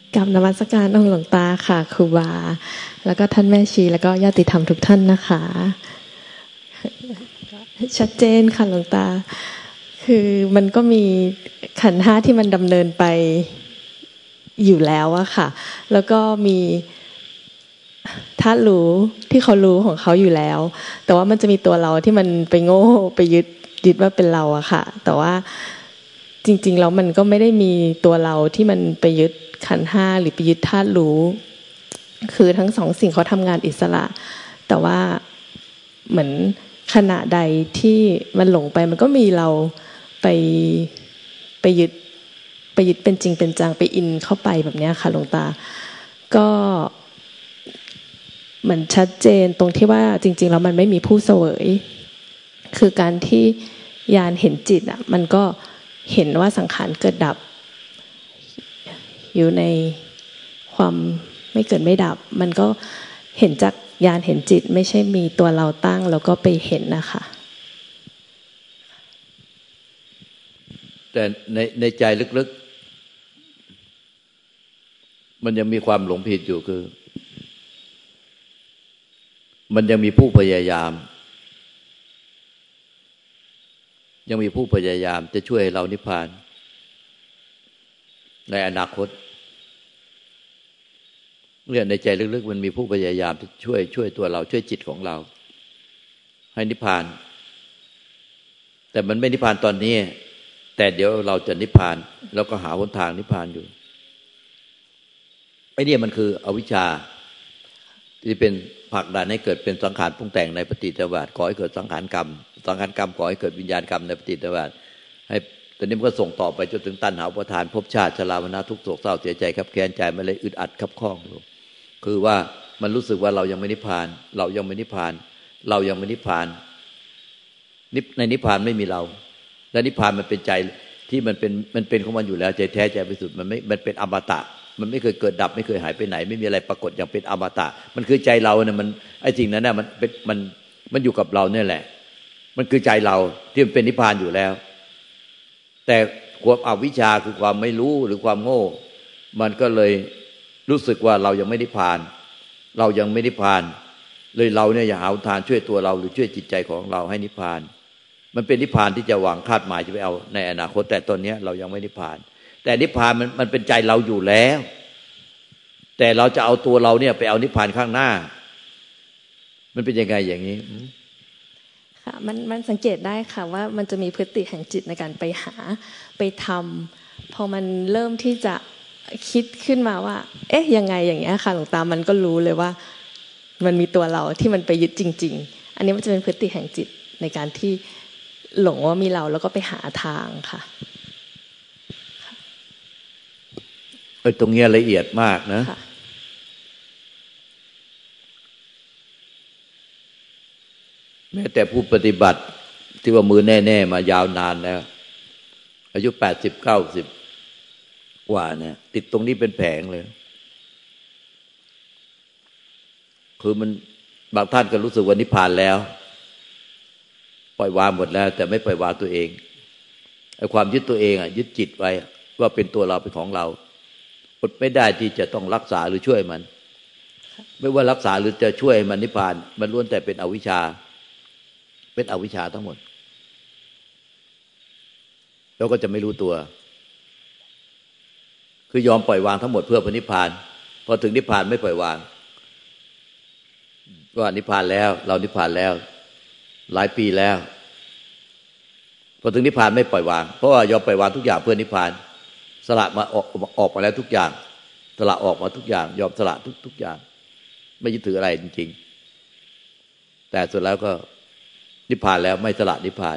กับนมัสการองค์หลวงตาค่ะครูบาแล้วก็ท่านแม่ชีแล้วก็ญาติธรรมทุกท่านนะคะชัดเจนค่ะหลวงตาคือมันก็มีขันธ์ห้าที่มันดำเนินไปอยู่แล้วอะค่ะแล้วก็มีธาตุรู้ที่เขารู้ของเขาอยู่แล้วแต่ว่ามันจะมีตัวเราที่มันไปโง่ไปยึดว่าเป็นเราอะค่ะแต่ว่าจริงๆแล้วมันก็ไม่ได้มีตัวเราที่มันไปยึดขันธ์ห้าหรือไปยึดธาตุรู้คือทั้งสองสิ่งเขาทำงานอิสระแต่ว่าเหมือนขณะใดที่มันหลงไปมันก็มีเราไปยึดเป็นจริงเป็นจังไปอินเข้าไปแบบนี้ค่ะหลวงตาก็เหมือนชัดเจนตรงที่ว่าจริงๆแล้วมันไม่มีผู้เสวยคือการที่ญาณเห็นจิตอ่ะมันก็เห็นว่าสังขารเกิดดับอยู่ในความไม่เกิดไม่ดับมันก็เห็นจากญาณเห็นจิตไม่ใช่มีตัวเราตั้งแล้วก็ไปเห็นนะคะแต่ในใจลึกๆมันยังมีความหลงผิดอยู่คือมันยังมีผู้พยายามจะช่วยเรานิพพานในอนาคตเนี่ยในใจลึกๆมันมีผู้พยายามจะช่วยตัวเราช่วยจิตของเราให้นิพพานแต่มันไม่นิพพานตอนนี้แต่เดี๋ยวเราจะนิพพานเราก็หาหนทางนิพพานอยู่ไอ้เนี่ยมันคืออวิชชาที่เป็นผลักดันให้เกิดเป็นสังขารปรุงแต่งในปฏิจจสมุปบาทก่อให้เกิดสังขารกรรมก่อให้เกิดวิญญาณกรรมในปฏิจจสมุปบาทให้ตอนนี้มันก็ส่งต่อไปจนถึงตัณหาอุปาทานภพชาติชรามรณะทุกข์โศกเศร้าเสียใจคับแค้นใจมันเลยอึดอัดคับข้องคือว่ามันรู้สึกว่าเรายังไม่นิพพานในนิพพานไม่มีเราและนิพพานมันเป็นใจที่มันเป็นของมันอยู่แล้วใจแท้ใจบริสุทธิ์มันเป็นอมตะมันไม่เคยเกิดดับไม่เคยหายไปไหนไม่มีอะไรปรากฏอย่างเป็นอมตะมันคือใจเราเนี่ยมันไอ้สิ่งนั้นน่ะมันอยู่กับเราเนี่ยแหละมันคือใจเราที่มันเป็นนิพพานอยู่แล้วแต่ความอวิชชาคือความไม่รู้หรือความโง่มันก็เลยรู้สึกว่าเรายังไม่นิพพานเลยเราเนี่ยอย่าหาทางช่วยตัวเราหรือช่วยจิตใจของเราให้นิพพานมันเป็นนิพพานที่จะหวังคาดหมายจะไปเอาในอนาคตแต่ตอนนี้เรายังไม่นิพพานแต่นิพพานมันเป็นใจเราอยู่แล้วแต่เราจะเอาตัวเราเนี่ยไปเอานิพพานข้างหน้ามันเป็นยังไงอย่างนี้ค่ะมันสังเกตได้ค่ะว่ามันจะมีพฤติแห่งจิตในการไปหาไปทำพอมันเริ่มที่จะคิดขึ้นมาว่าเอ๊ะยังไงอย่างเงี้ยค่ะหลวงตามันก็รู้เลยว่ามันมีตัวเราที่มันไปยึดจริงๆอันนี้มันจะเป็นพฤติแห่งจิตในการที่หลงว่ามีเราแล้วก็ไปหาทางค่ะตรงนี้ละเอียดมากนะแม้แต่ผู้ปฏิบัติที่ว่ามือแน่ๆมายาวนานแล้วอายุ80-90กว่าเนี่ยติดตรงนี้เป็นแผงเลยคือมันบางท่านก็รู้สึกว่านิพพานแล้วปล่อยวางหมดแล้วแต่ไม่ปล่อยวางตัวเองไอ้ความยึดตัวเองยึดจิตไว้ว่าเป็นตัวเราเป็นของเราอดไม่ได้ที่จะต้องรักษาหรือช่วยมันไม่ว่ารักษาหรือจะช่วยมันนิพพานมันล้วนแต่เป็นอวิชชาทั้งหมดแล้วก็จะไม่รู้ตัวคือยอมปล่อยวางทั้งหมดเพื่อพระนิพพานพอถึงนิพพานไม่ปล่อยวางว่านิพพานแล้วเรานิพพานแล้วหลายปีแล้วพอถึงนิพพานไม่ปล่อยวางเพราะว่ายอมปล่อยวางทุกอย่างเพื่อนิพพานสละมาออกมาแล้วทุกอย่างสละออกมาทุกอย่างยอมสละทุกอย่างไม่ยึดถืออะไรจริงๆแต่สุดแล้วก็นิพพานแล้วไม่สละนิพพาน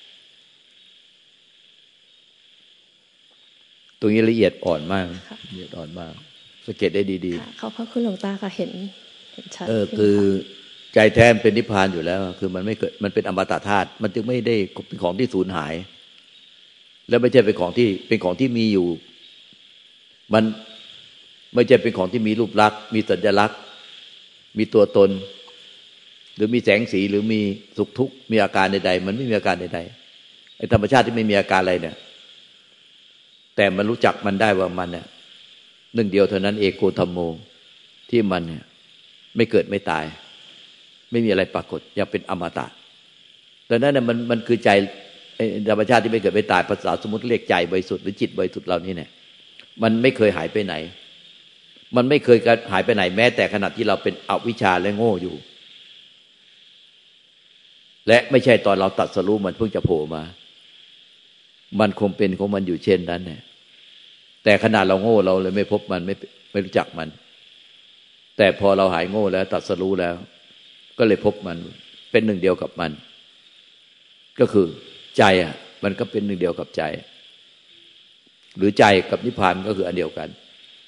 ตรงนี้ละเอียดอ่อนมากสังเกตได้ดีๆขอบพระคุณหลวงตาค่ะเห็นชัดคือใจแท้เป็นนิพพานอยู่แล้วคือมันไม่เกิดมันเป็นอมตะธาตุมันจึงไม่ได้เป็นของที่สูญหายและไม่ใช่เป็นของที่มีอยู่มันไม่ใช่เป็นของที่มีรูปลักษณ์มีสัญลักษณ์มีตัวตนหรือมีแสงสีหรือมีสุขทุกข์มีอาการใดๆมันไม่มีอาการใดๆไอ้ธรรมชาติที่ไม่มีอาการอะไรเนี่ยแต่มันรู้จักมันได้ว่ามันเนี่ยหนึ่งเดียวเท่านั้นเอโกธัมโมที่มันเนี่ยไม่เกิดไม่ตายไม่มีอะไรปรากฏยังเป็นอมตะดังนั้นเนี่ยมันคือใจธรรมชาติที่ไม่เกิดไม่ตายภาษาสมมติเรียกใจบริสุทธิ์หรือจิตบริสุทธิ์เรานี่เนี่ยมันไม่เคยหายไปไหนมันไม่เคยหายไปไหนแม้แต่ขณะที่เราเป็นอวิชชาและโง่อยู่และไม่ใช่ตอนเราตรัสรู้มันเพิ่งจะโผล่มามันคงเป็นของมันอยู่เช่นนั้นเนี่ยแต่ขนาดเราโง่เราเลยไม่พบมันไม่รู้จักมันแต่พอเราหายโง่แล้วตรัสรู้แล้วก็เลยพบมันเป็นหนึ่งเดียวกับมันก็คือใจอ่ะมันก็เป็นหนึ่งเดียวกับใจหรือใจกับนิพพานก็คืออันเดียวกัน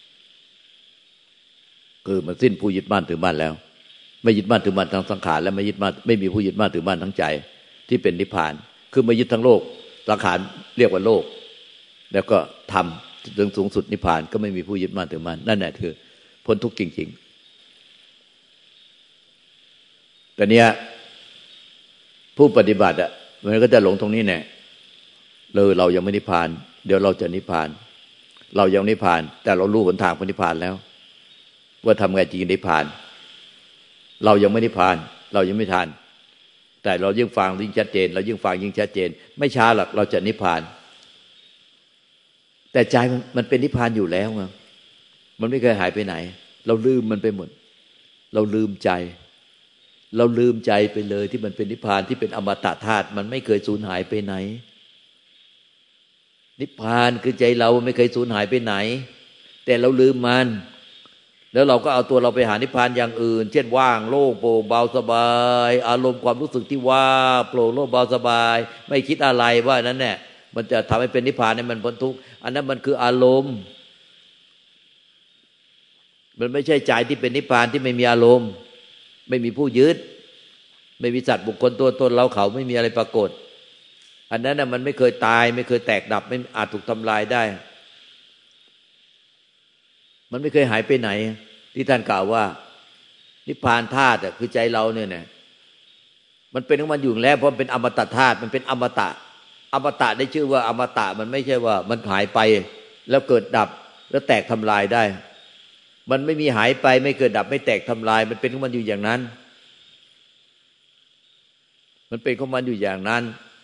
คือมันสิ้นผู้ยึดมั่นถือมั่นแล้วไม่ยึดมั่นถือมั่นทั้งสังขารและไม่ยึดมั่นไม่มีผู้ยึดมั่นถือมั่นทั้งใจที่เป็นนิพพานคือไม่ยึดทั้งโลกสังขารเรียกว่าโลกแล้วก็ธรรมถึงสูงสุดนิพพานก็ไม่มีผู้ยึดมั่นถือมั่นนั่นแหละคือพ้นทุกข์จริงๆแต่เนี้ยผู้ปฏิบัติอ่ะมันก็จะหลงตรงนี้แน่เรายังไม่นิพพานเดี๋ยวเราจะนิพพานเรายังนิพพานแต่เรารู้หนทางนิพพานแล้วว่าทำไงจริงนิพพานเรายังไม่นิพพานเรายังไม่ทันแต่เรายิ่งฟังยิ่งชัดเจนเรายิ่งฟังยิ่งชัดเจนไม่ช้าหรอกเราจะนิพพานแต่ใจมันเป็นนิพพานอยู่แล้วไงมันไม่เคยหายไปไหนเราลืมมันไปหมดเราลืมใจเราลืมใจไปเลยที่มันเป็นนิพพานที่เป็นอมตะธาตุมันไม่เคยสูญหายไปไหนนิพพานคือใจเราไม่เคยสูญหายไปไหนแต่เราลืมมันแล้วเราก็เอาตัวเราไปหานิพพานอย่างอื่นเช่นว่างโล่งโปร่งเบาสบายอารมณ์ความรู้สึกที่ว่างโปร่งโล่งเบาสบายไม่คิดอะไรว่านั้นเนี่ยมันจะทำให้เป็นนิพพานให้มันพ้นทุกข์อันนั้นมันคืออารมณ์มันไม่ใช่ใจที่เป็นนิพพานที่ไม่มีอารมณ์ไม่มีผู้ยึดไม่มีสัตว์บุคคลตัวตนเราเขาไม่มีอะไรปรากฏอันนั้นน่ะมันไม่เคยตายไม่เคยแตกดับไม่อาจถูกทำลายได้มันไม่เคยหายไปไหนที่ท่านกล่าวว่านิพพานธาตุคือใจเราเนี่ยมันเป็นของมันอยู่แล้วเพราะมันเป็นอมตะธาตุมันเป็นอมตะอมตะได้ชื่อว่าอมตะมันไม่ใช่ว่ามันหายไปแล้วเกิดดับแล้วแตกทำลายได้มันไม่มีหายไปไม่เกิดดับไม่แตกทำลายมันเป็นของมันอยู่อย่างนั้นมันเป็นของมันอยู่อย่างนั้น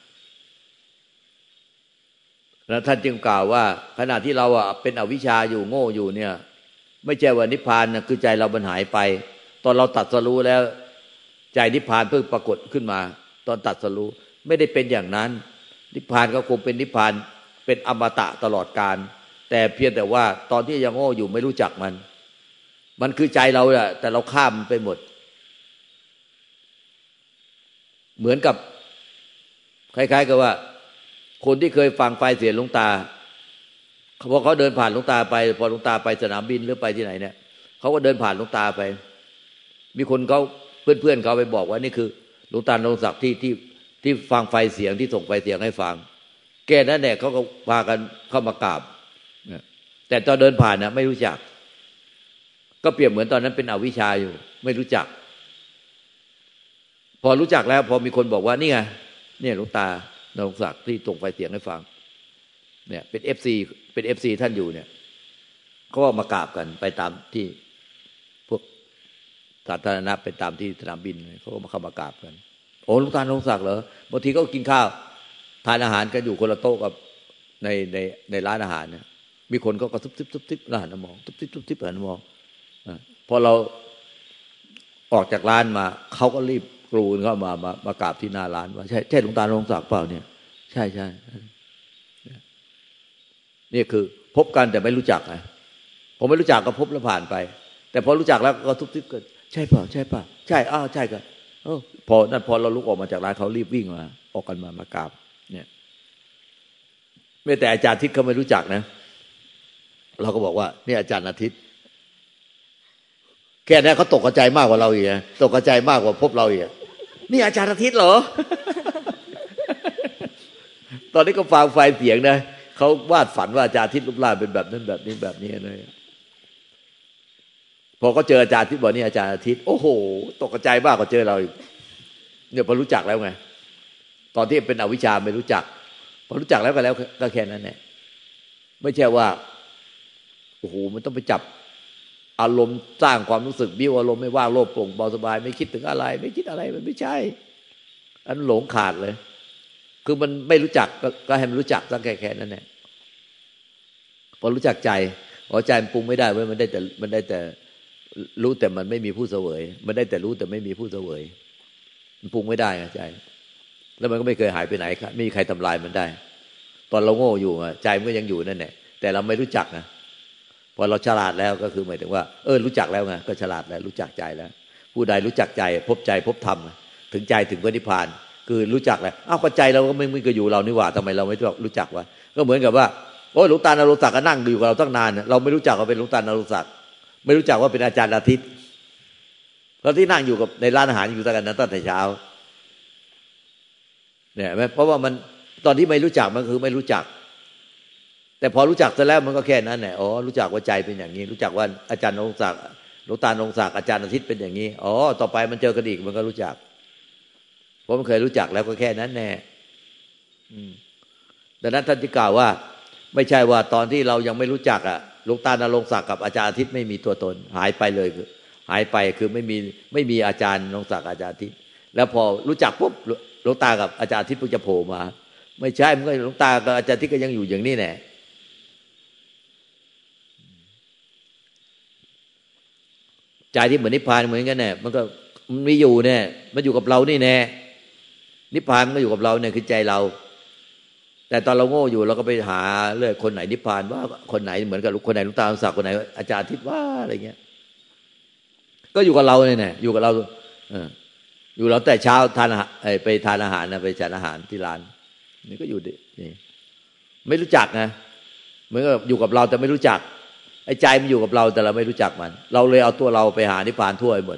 แล้วท่านจึงกล่าวว่าขณะที่เราเป็นอวิชชาอยู่โง่อยู่เนี่ยไม่ใช่ว่านิพพานคือใจเรามันหายไปตอนเราตรัสรู้แล้วใจนิพพานเพิ่งปรากฏขึ้นมาตอนตรัสรู้ไม่ได้เป็นอย่างนั้นนิพพานก็คงเป็นนิพพานเป็นอมตะตลอดกาลแต่เพียงแต่ว่าตอนที่ยังโง่อยู่ไม่รู้จักมันคือใจเราแหละแต่เราข้ามมันไปหมดเหมือนกับคล้ายๆกับว่าคนที่เคยฟังไฟเสียงหลวงตาพอเขาเดินผ่านหลวงตาไปพอหลวงตาไปสนามบินหรือไปที่ไหนเนี่ยเขาก็เดินผ่านหลวงตาไปมีคนเขาเพื่อนๆเขาไปบอกว่านี่คือหลวงตาณรงค์ศักดิ์ที่ฟังไฟเสียงที่ส่งไฟเสียงให้ฟังแก่นั้นแหละเขาก็พากันเข้ามากราบแต่ตอนเดินผ่านนะไม่รู้จักก็เปรียบเหมือนตอนนั้นเป็นอวิชชาอยู่ไม่รู้จักพอรู้จักแล้วพอมีคนบอกว่านี่ไงเนี่ยหลวงตาณรงค์ศักดิ์ที่ส่งไฟเสียงให้ฟังเนี่ยเป็น FC ท่านอยู่เนี่ยเขาก็มากราบกันไปตามที่พวกสาธารณะไปตามที่สนามบินเขาก็มาเข้ามากราบกันโอ้หลวงตาณรงค์ศักดิ์เหรอบางทีก็กินข้าวทานอาหารกันอยู่คนละโต๊ะกับในร้านอาหารเนี่ยมีคนก็ซุบๆหันมามองซุบๆหันมามองพอเราออกจากร้านมาเขาก็รีบกรูนเข้ามากราบที่หน้าร้านว่าใช่หลวงตาณรงค์ศักดิ์เปล่าเนี่ยใช่นี่คือพบกันแต่ไม่รู้จักนะผมไม่รู้จักก็พบแล้วผ่านไปแต่พอรู้จักแล้วก็ทุบๆกันใช่เปล่าใช่อ้าวใช่กันพอเราลุกออกมาจากร้านเขารีบวิ่งมาออกกันมากราบเนี่ยไม่แต่อาจารย์อาทิตย์เขาไม่รู้จักนะเราก็บอกว่านี่อาจารย์อาทิตย์แค่นั้นเขาตกใจมากกว่าเราอีกตกใจมากกว่าพบเราอีกนี่อาจารย์อาทิตย์เหรอ ตอนนี้ก็ฟังไฟเสียงนะเขาวาดฝันว่าอาจารย์อาทิตย์รูปร่างเป็นแบบนั้นแบบนี้เลยพอเขาเจออาจารย์อาทิตย์บอกนี่อาจารย์อาทิตย์โอ้โหตกใจมากกว่าเจอเราอีกเนี่ยพอรู้จักแล้วไงตอนที่เป็นอวิชชาไม่รู้จักพอรู้จักแล้วก็แค่นั้นแหละไม่ใช่ว่าโอ้โหมันต้องไปจับอารมณ์สร้างความรู้สึกบิ้วอารมณ์ไม่ว่างโลภโปร่งเบาสบายไม่คิดถึงอะไรไม่คิดอะไรมันไม่ใช่อันหลงขาดเลยคือมันไม่รู้จักก็ให้มันรู้จักสักแค่นั้นแหละพอรู้จักใจใจมันปรุงไม่ได้เว้ยมันได้แต่รู้แต่มันไม่มีผู้เสวยมันได้แต่รู้แต่ไม่มีผู้เสวยมันปรุงไม่ได้ใจแล้วมันก็ไม่เคยหายไปไหนครับไม่มีใครทำลายมันได้ตอนเราโง่อยู่ใจมันก็ยังอยู่นั่นแหละแต่เราไม่รู้จักนะพอเราฉลาดแล้วก็คือหมายถึงว่ารู้จักแล้วไงก็ฉลาดแล้วรู้จักใจแล้วผู้ใดรู้จักใจพบธรรมถึงใจถึงพระนิพพานคือรู้จักแล้วก็ใจเราก็ไม่ก็อยู่เรานี่หว่าทำไมเราไม่รู้จักวะก็เหมือนกับว่าหลวงตาณรงค์ศักดิ์ก็นั่งอยู่กับเราตั้งนานเราไม่รู้จักว่าเป็นหลวงตาณรงค์ศักดิ์ไม่รู้จักว่าเป็นอาจารย์อาทิตย์เราที่นั่งอยู่กับในร้านอาหารอยู่ตั้งแต่เช้าเนี่ยเพราะว่ามันตอนที่ไม่รู้จักมันคือไม่รู้จักแต่พอรู้จักซะแล้วมันก็แค่นั้นแหละรู้จักว่าใจเป็นอย่างนี้รู้จักว่าอาจารย์ณรงค์ศักดิ์หลวงตาณรงค์ศักดิ์อาจารย์อาทิตย์เป็นอย่างนี้ต่อไปมันเจอกันอีกมันก็รู้จักเพราะมันเคยรู้จักแล้วก็แค่นั้นแน่ดังนั้นท่านที่กล่าวว่าไม่ใช่ว่าตอนที่เรายังไม่รู้จักหลวงตาณรงค์ศักดิ์กับอาจารย์อาทิตย์ไม่มีตัวตนหายไปเลยคือหายไปคือไม่มีอาจารย์ณรงค์ศักดิ์อาจารย์อาทิตย์แล้วพอรู้จักปุ๊บหลวงตากับอาจารย์อาทิตย์เพิ่งจะโผล่มาไม่ใช่มันก็หลวงตากับอาจารย์อาทิตย์ก็ยังอยู่อย่างนี้แน่ใจที่เหมือนนิพพานเหมือนกันแน่มันก็มันมีอยู่แน่มันอยู่กับเรานี่แน่นิพพานมันก็อยู่กับเราเนี่ยคือใจเราแต่ตอนเราโง่อยู่เราก็ไปหาเรื่อยคนไหนนิพพานว่าคนไหนเหมือนกับคนไหนหลวงตาศักดิ์คนไหนอาจารย์ทิศว่าอะไรเงี้ยก็อยู่กับเราเนี่ยอยู่กับเราอยู่เราแต่เช้าทานไปทานอาหารนะไปฉันอาหารที่ร้านนี่ก็อยู่นี่ไม่รู้จักนะเหมือนกับอยู่กับเราแต่ไม่รู้จักไอ้ใจมันอยู่กับเราแต่เราไม่รู้จักมันเราเลยเอาตัวเราไปหานิพพานทั่วไปหมด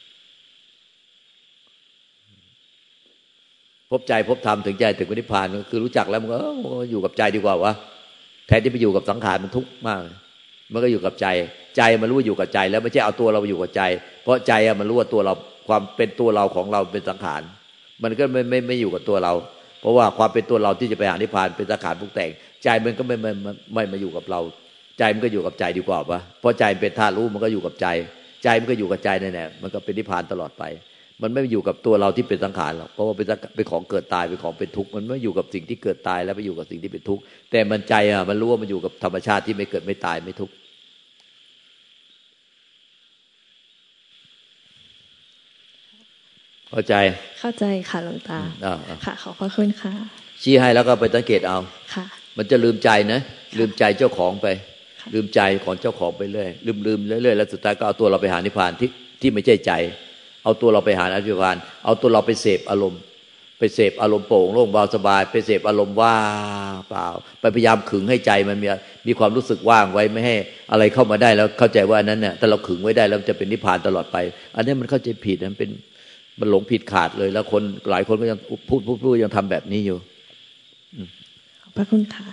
พบใจพบธรรมถึงใจถึงนิพพานก็คือรู้จักแล้วมันก็อยู่กับใจดีกว่าวะแทนที่ไปอยู่กับสังขารมันทุกข์มากมันก็อยู่กับใจมันรู้ว่าอยู่กับใจแล้วไม่ใช่เอาตัวเราไปอยู่กับใจเพราะใจมันรู้ว่าตัวเราความเป็นตัวเราของเราเป็นสังขารมันก็ไม่อยู่กับตัวเราเพราะว่าความเป็นตัวเราที่จะไปหานิพพานเป็นสังขารปรุงแต่งใจมันก็ไม่มาอยู่กับเราใจมันก็อยู่กับใจดีกว่าวะเพราะใจเป็นธาตุรู้มันก็อยู่กับใจมันก็อยู่กับใจแน่ๆมันก็เป็นนิพพานตลอดไปมันไม่อยู่กับตัวเราที่เป็นสังขารหรอกเพราะว่าเป็นของเกิดตายเป็นของเป็นทุกข์มันไม่อยู่กับสิ่งที่เกิดตายแล้วไปอยู่กับสิ่งที่เป็นทุกข์แต่มันใจมันรู้ว่ามันอยู่กับธรรมชาติที่ไม่เกิดไม่ตายไม่ทุกข์เข้าใจค่ะหลวงตาค่ะขอบพระคุณค่ะชี้ให้แล้วก็ไปสังเกตเอาค่ะมันจะลืมใจนะลืมใจเจ้าของไปลืมใจของเจ้าของไปเรื่อยลืมเรื่อยๆแล้วสุดท้ายก็เอาตัวเราไปหานิพพานที่ไม่ใช่ใจเอาตัวเราไปหานิพพานเอาตัวเราไปเสพอารมณ์โปร่งโล่งเบาสบายไปเสพอารมณ์ว่างเปล่าไปพยายามขึงให้ใจมันมีความรู้สึกว่างไว้ไม่ให้อะไรเข้ามาได้แล้วเข้าใจว่านั้นเนี่ยแต่เราขึงไว้ได้แล้วจะเป็นนิพพานตลอดไปอันนี้มันเข้าใจผิดมันหลงผิดขาดเลยแล้วคนหลายคนก็ยังพูดยังทำแบบนี้อยู่ขอบพระคุณค่ะ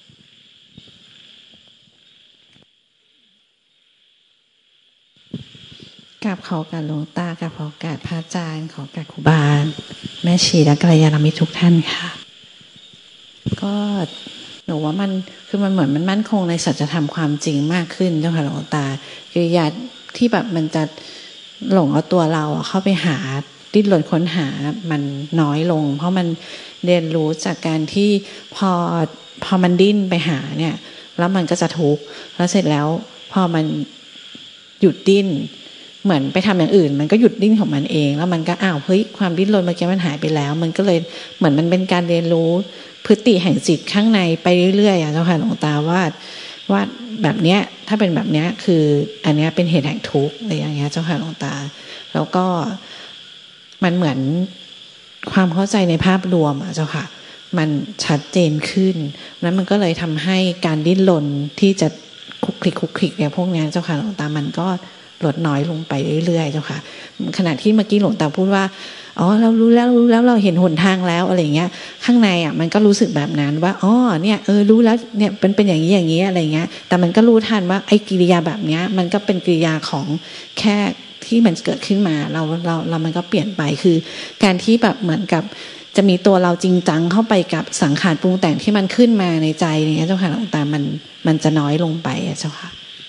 กราบขอการหลวงตากราบขอการพระอาจารย์ขอการครูบาแม่ชีและกัลยาณมิตรทุกท่านค่ะก็หนูว่ามันคือมันเหมือนมันมั่นคงในสัจธรรมความจริงมากขึ้นเจ้าค่ะหลวงตาคืออย่าที่แบบมันจะหลงเอาตัวเราเข้าไปหาดิ้นรนค้นหามันน้อยลงเพราะมันเรียนรู้จากการที่พอมันดิ้นไปหาเนี่ยแล้วมันก็จะทุกข์แล้วเสร็จแล้วพอมันหยุดดิ้นเหมือนไปทำอย่างอื่นมันก็หยุดดิ้นของมันเองแล้วมันก็เฮ้ยความดิ้นรนเมื่อกี้มันหายไปแล้วมันก็เลยเหมือนมันเป็นการเรียนรู้พฤติแห่งจิตข้างในไปเรื่อยๆเจ้าค่ะหลวงตาว่าแบบเนี้ยถ้าเป็นแบบเนี้ยคืออันเนี้ยเป็นเหตุแห่งทุกข์อะไรอย่างเงี้ยเจ้าค่ะหลวงตาแล้วก็มันเหมือนความเข้าใจในภาพรวมเจ้าค่ะมันชัดเจนขึ้นนั้นมันก็เลยทำให้การดิ้นรนที่จะคุกคลิกเนี่ยพวกนี้เจ้าค่ะหลวงตามันก็ลดน้อยลงไปเรื่อยๆเจ้าค่ะขณะที่เมื่อกี้หลวงตาพูดว่าเรารู้แล้วเราเห็นหนทางแล้วอะไรเงี้ยข้างในมันก็รู้สึกแบบนั้นว่าเนี่ยรู้แล้วเนี่ยเป็นอย่างนี้อะไรเงี้ยแต่มันก็รู้ทันว่าไอ้กิริยาแบบเนี้ยมันก็เป็นกิริยาของแค่ที่มันเกิดขึ้นมาเรามันก็เปลี่ยนไปคือการที่แบบเหมือนกับจะมีตัวเราจริงจังเข้าไปกับสังขารปรุงแต่งที่มันขึ้นมาในใจอย่างเงี้ยเจ้าค่ะหลวงตามันจะน้อยลงไปเจ้าค่ะ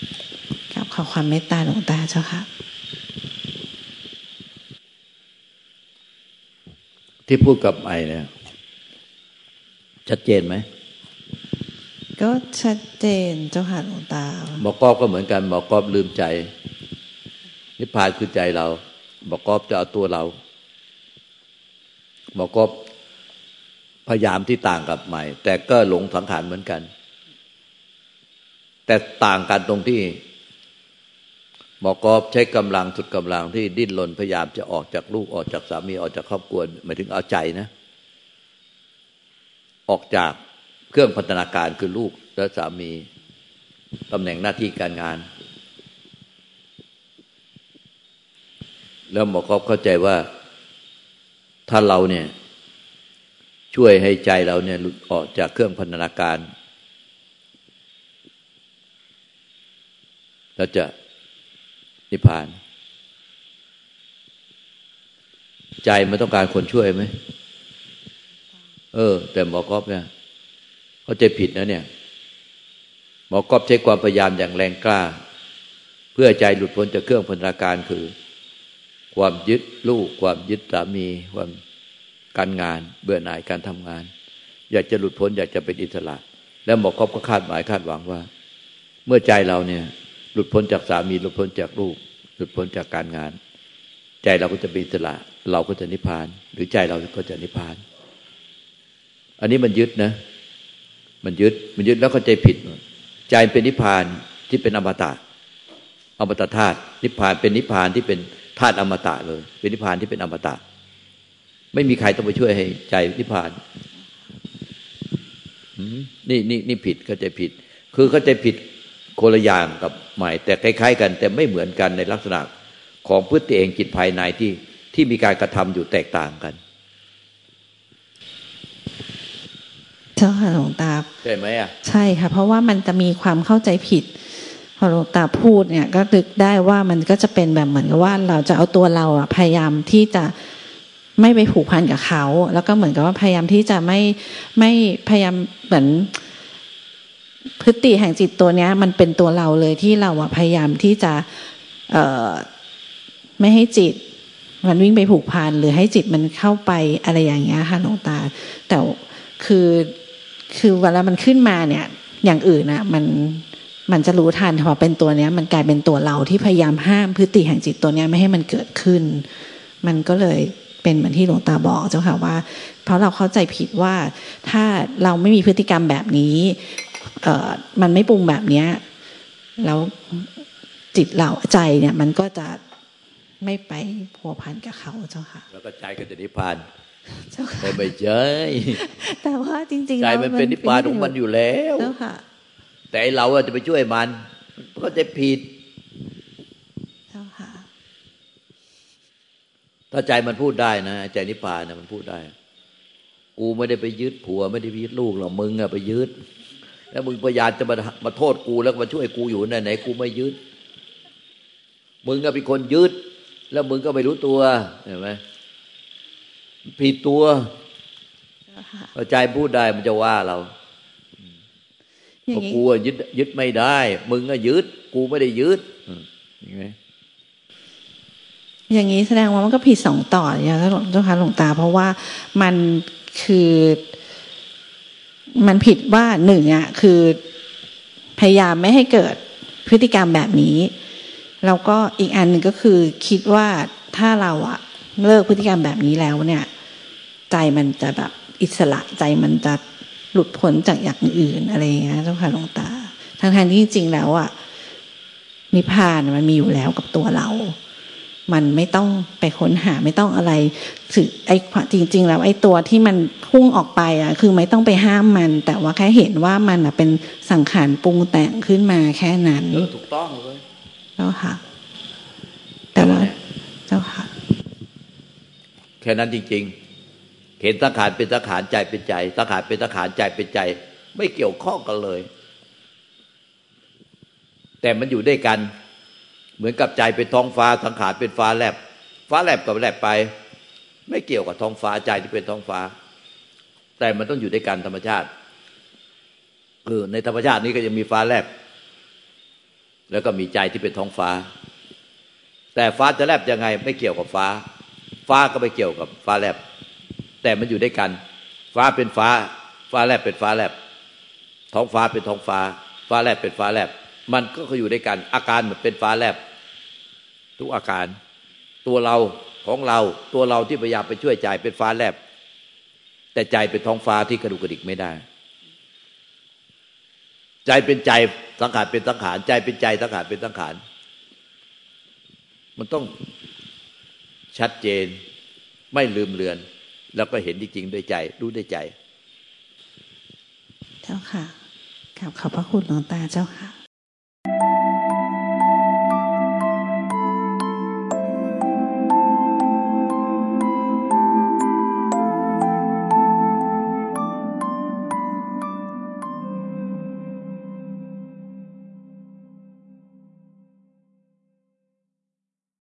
อความเมตตาหลวงตาเจ้าค่ะที่พูดกับไอเนี่ยชัดเจนไหมก็ชัดเจนเจ้าค่ะหลวงตาหมอกอบก็เหมือนกันหมอกอบลืมใจนิพพานคือใจเราหมอกอบจะเอาตัวเราหมอกอบพยายามที่ต่างกับใหม่แต่ก็หลงสังขารเหมือนกันแต่ต่างกันตรงที่หมอกอบใช้กำลังสุดกำลังที่ดิ้นรนพยายามจะออกจากลูกออกจากสามีออกจากครอบครัวหมายถึงเอาใจนะออกจากเครื่องพัฒนาการคือลูกและสามีตำแหน่งหน้าที่การงานแล้วหมอกอบเข้าใจว่าถ้าเราเนี่ยช่วยให้ใจเราเนี่ยหลุดออกจากเครื่องพัฒนาการเราจะนิพพานใจมันต้องการคนช่วยไหมแต่หมอกอบเนี่ยเข้าใจผิดนะเนี่ยหมอกอบใช้ความพยายามอย่างแรงกล้าเพื่อใจหลุดพ้นจากเครื่องพัฒนาการคือความยึดลูกความยึดสามีความการงานเบื่อหน่ายการทำงานอยากจะหลุดพ้นอยากจะเป็นอิสระแล้วหมอกอบก็คาดหมายคาดหวังว่าเมื่อใจเราเนี่ยหลุดพ้นจากสามีหลุดพ้นจากลูกหลุดพ้นจากการงานใจเราก็จะเป็นอิสระเราก็จะนิพพานหรือใจเราก็จะนิพพานอันนี้มันยึดนะมันยึดแล้วเข้าใจผิดใจเป็นนิพพานที่เป็นอมตะธาตุนิพพานเป็นนิพพานที่เป็นธาตุอมตะเลยเป็นนิพพานที่เป็นอมตะไม่มีใครต้องไปช่วยให้ใจนิพพานนี่ผิดเข้าใจผิดคือเข้าใจผิดคนละอย่างกับใหม่แต่คล้ายๆกันแต่ไม่เหมือนกันในลักษณะของพฤติเองจิตภายในที่มีการกระทำอยู่แตกต่างกันเจ้าค่ะหลวงตาใช่ไหมอ่ะใช่ค่ะเพราะว่ามันจะมีความเข้าใจผิดพอหลวงตาพูดเนี่ยก็นึกได้ว่ามันก็จะเป็นแบบเหมือนกับว่าเราจะเอาตัวเราพยายามที่จะไม่ไปผูกพันกับเขาแล้วก็เหมือนกับว่าพยายามที่จะไม่พยายามเหมือนพฤติแห่งจิตตัวเนี้ยมันเป็นตัวเราเลยที่เราพยายามที่จะไม่ให้จิตมันวิ่งไปผูกพันหรือให้จิตมันเข้าไปอะไรอย่างเงี้ยค่ะหลวงตาแต่คือเวลามันขึ้นมาเนี่ยอย่างอื่นมันจะรู้ทันพอเป็นตัวเนี้ยมันกลายเป็นตัวเราที่พยายามห้ามพฤติแห่งจิตตัวเนี้ยไม่ให้มันเกิดขึ้นมันก็เลยเป็นเหมือนที่หลวงตาบอกเจ้าค่ะว่าเพราะเราเข้าใจผิดว่าถ้าเราไม่มีพฤติกรรมแบบนี้มันไม่ปรุงแบบเนี้ยแล้วจิตเราใจเนี่ยมันก็จะไม่ไปพัวพันกับเขาเจ้าค่ะแล้วก็ใจก็จะนิพพานเจ้าค่ะไม่ใช่แต่ว่าจริงๆใจมันเป็นนิพพานของมันอยู่แล้วเจ้าค่ะแต่เราจะไปช่วยมันก็จะผิดเจ้าค่ะถ้าใจมันพูดได้นะใจนิพพานนะมันพูดได้กูไม่ได้ไปยึดผัวไม่ได้ไปยึดลูกหรอกมึงอะไปยึดแล้วมึงพยายามจะมาโทษกูแล้วมาช่วยกูอยู่ไหนกูไม่ยึดมึงก็เป็นคนยึดแล้วมึงก็ไม่รู้ตัวเห็นไหมผิดตัวใจพูดได้มันจะว่าเราเพราะกูยึดไม่ได้มึงก็ยึดกูไม่ได้ยึดเห็นไหมอย่างนี้แสดงว่ามันก็ผิดสองต่ออย่างเจ้าค่ะหลวงตาเพราะว่ามันคือมันผิดว่าหนึ่งคือพยายามไม่ให้เกิดพฤติกรรมแบบนี้แล้วก็อีกอันหนึ่งก็คือคิดว่าถ้าเราเลิกพฤติกรรมแบบนี้แล้วเนี่ยใจมันจะแบบอิสระใจมันจะหลุดพ้นจากอย่างอื่นอะไรอย่างเงี้ยเจ้าค่ะหลวงตาทั้งที่จริงๆแล้วนิพพานมันมีอยู่แล้วกับตัวเรามันไม่ต้องไปค้นหาไม่ต้องอะไรสื่อจริงๆแล้วไอ้ตัวที่มันพุ่งออกไปคือไม่ต้องไปห้ามมันแต่ว่าแค่เห็นว่ามันเป็นสังขารปรุงแต่งขึ้นมาแค่นั้นถูกต้องเลยเจ้าค่ะแต่ว่าเจ้าค่ะแค่นั้นจริงๆเห็นสังขารเป็นสังขารใจเป็นใจสังขารเป็นสังขารใจเป็นใจไม่เกี่ยวข้องกันเลยแต่มันอยู่ด้วยกันเหมือนกับใจเป็นท้องฟ้าสังขารเป็นฟ้าแลบกับแลบไปไม่เกี่ยวกับท้องฟ้าใจที่เป็นท้องฟ้าแต่มันต้องอยู่ด้วยกันธรรมชาติในธรรมชาตินี้ก็ยังมีฟ้าแลบแล้วก็มีใจที่เป็นท้องฟ้าแต่ฟ้าจะแลบยังไงไม่เกี่ยวกับฟ้าฟ้าก็ไม่เกี่ยวกับฟ้าแลบแต่มันอยู่ด้วยกันฟ้าเป็นฟ้าฟ้าแลบเป็นฟ้าแลบท้องฟ้าเป็นท้องฟ้าฟ้าแลบเป็นฟ้าแลบมันก็อยู่ด้วยกันอาการมันเป็นฟ้าแลบทุกอาการตัวเราของเราตัวเราที่พยายามไปช่วยใจเป็นฟ้าแลบแต่ใจเป็นท้องฟ้าที่กระดุกกระดิกไม่ได้ใจเป็นใจสังขารเป็นสังขารใจเป็นใจสังขารเป็นสังขารมันต้องชัดเจนไม่ลืมเลือนแล้วก็เห็นจริงๆด้วยใจรู้ด้วยใจเจ้าค่ะขอบพระคุณหลวงตาเจ้าค่ะ